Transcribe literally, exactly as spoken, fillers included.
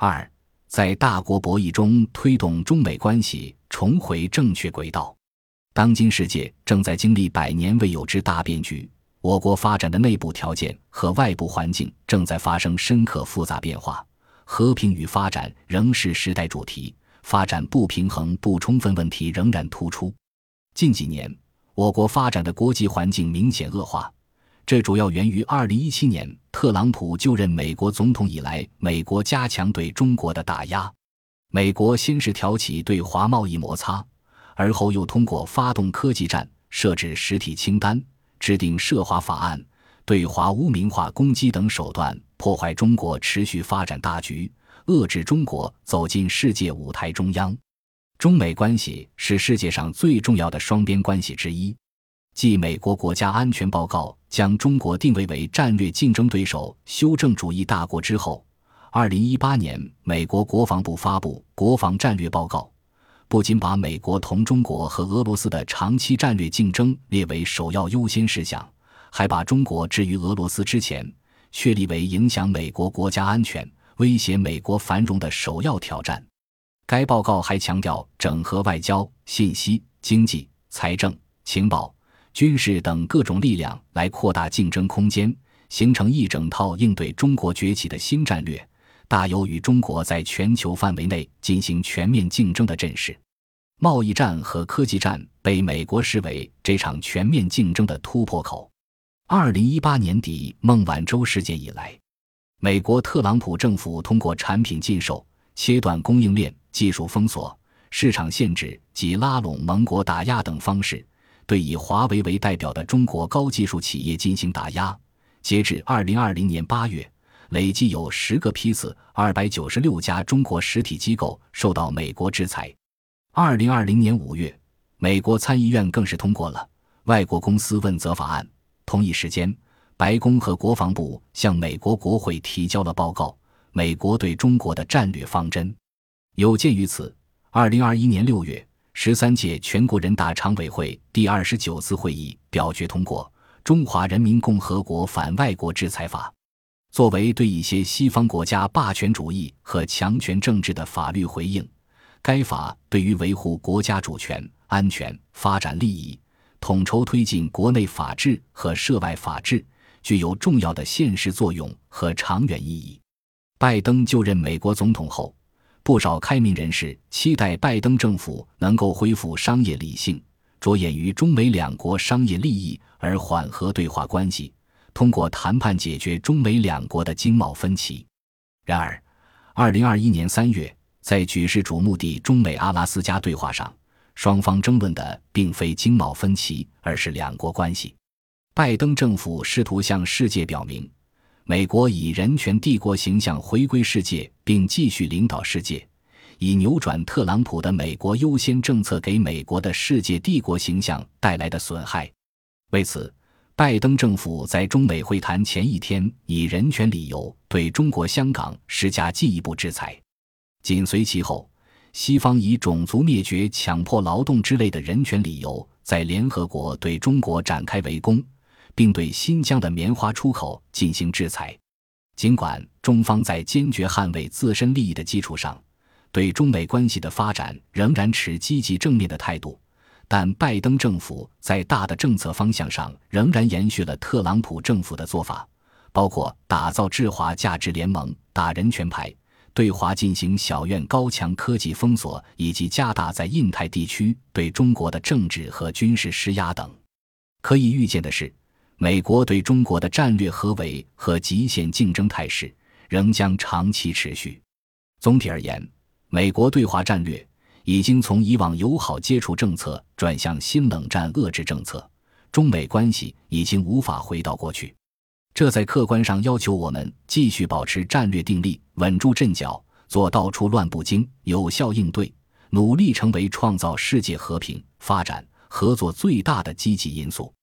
二，在大国博弈中推动中美关系重回正确轨道。当今世界正在经历百年未有之大变局，我国发展的内部条件和外部环境正在发生深刻复杂变化，和平与发展仍是时代主题，发展不平衡不充分问题仍然突出。近几年，我国发展的国际环境明显恶化，这主要源于二零一七年特朗普就任美国总统以来，美国加强对中国的打压。美国先是挑起对华贸易摩擦，而后又通过发动科技战，设置实体清单，制定涉华法案，对华污名化攻击等手段破坏中国持续发展大局，遏制中国走进世界舞台中央。中美关系是世界上最重要的双边关系之一。继美国国家安全报告将中国定位为战略竞争对手、修正主义大国之后，二零一八年美国国防部发布国防战略报告，不仅把美国同中国和俄罗斯的长期战略竞争列为首要优先事项，还把中国置于俄罗斯之前，确立为影响美国国家安全、威胁美国繁荣的首要挑战。该报告还强调整合外交、信息、经济、财政、情报、军事等各种力量来扩大竞争空间，形成一整套应对中国崛起的新战略，大有与中国在全球范围内进行全面竞争的阵势。贸易战和科技战被美国视为这场全面竞争的突破口。二零一八年底孟晚舟事件以来，美国特朗普政府通过产品禁售、切断供应链、技术封锁、市场限制及拉拢盟国打压等方式，对以华为为代表的中国高技术企业进行打压。截至二零二零年八月，累计有十个批次二百九十六家中国实体机构受到美国制裁。二零二零年五月，美国参议院更是通过了《外国公司问责法案》。同一时间，白宫和国防部向美国国会提交了报告，美国对中国的战略方针。有鉴于此，二零二一年六月，十三届全国人大常委会第二十九次会议表决通过《中华人民共和国反外国制裁法》，作为对一些西方国家霸权主义和强权政治的法律回应。该法对于维护国家主权、安全、发展利益，统筹推进国内法治和涉外法治，具有重要的现实作用和长远意义。拜登就任美国总统后，不少开明人士期待拜登政府能够恢复商业理性，着眼于中美两国商业利益而缓和对华关系，通过谈判解决中美两国的经贸分歧。然而二零二一年三月，在举世瞩目的中美阿拉斯加对话上，双方争论的并非经贸分歧，而是两国关系。拜登政府试图向世界表明，美国以人权帝国形象回归世界并继续领导世界，以扭转特朗普的美国优先政策给美国的世界帝国形象带来的损害。为此，拜登政府在中美会谈前一天以人权理由对中国香港施加进一步制裁。紧随其后，西方以种族灭绝、强迫劳动之类的人权理由在联合国对中国展开围攻，并对新疆的棉花出口进行制裁。尽管中方在坚决捍卫自身利益的基础上，对中美关系的发展仍然持积极正面的态度，但拜登政府在大的政策方向上仍然延续了特朗普政府的做法，包括打造制华价值联盟、打人权牌、对华进行小院高强科技封锁，以及加大在印太地区对中国的政治和军事施压等。可以预见的是，美国对中国的战略合围和极限竞争态势仍将长期持续。总体而言，美国对华战略已经从以往友好接触政策转向新冷战遏制政策，中美关系已经无法回到过去。这在客观上要求我们继续保持战略定力，稳住阵脚，做到处乱不惊，有效应对，努力成为创造世界和平、发展、合作最大的积极因素。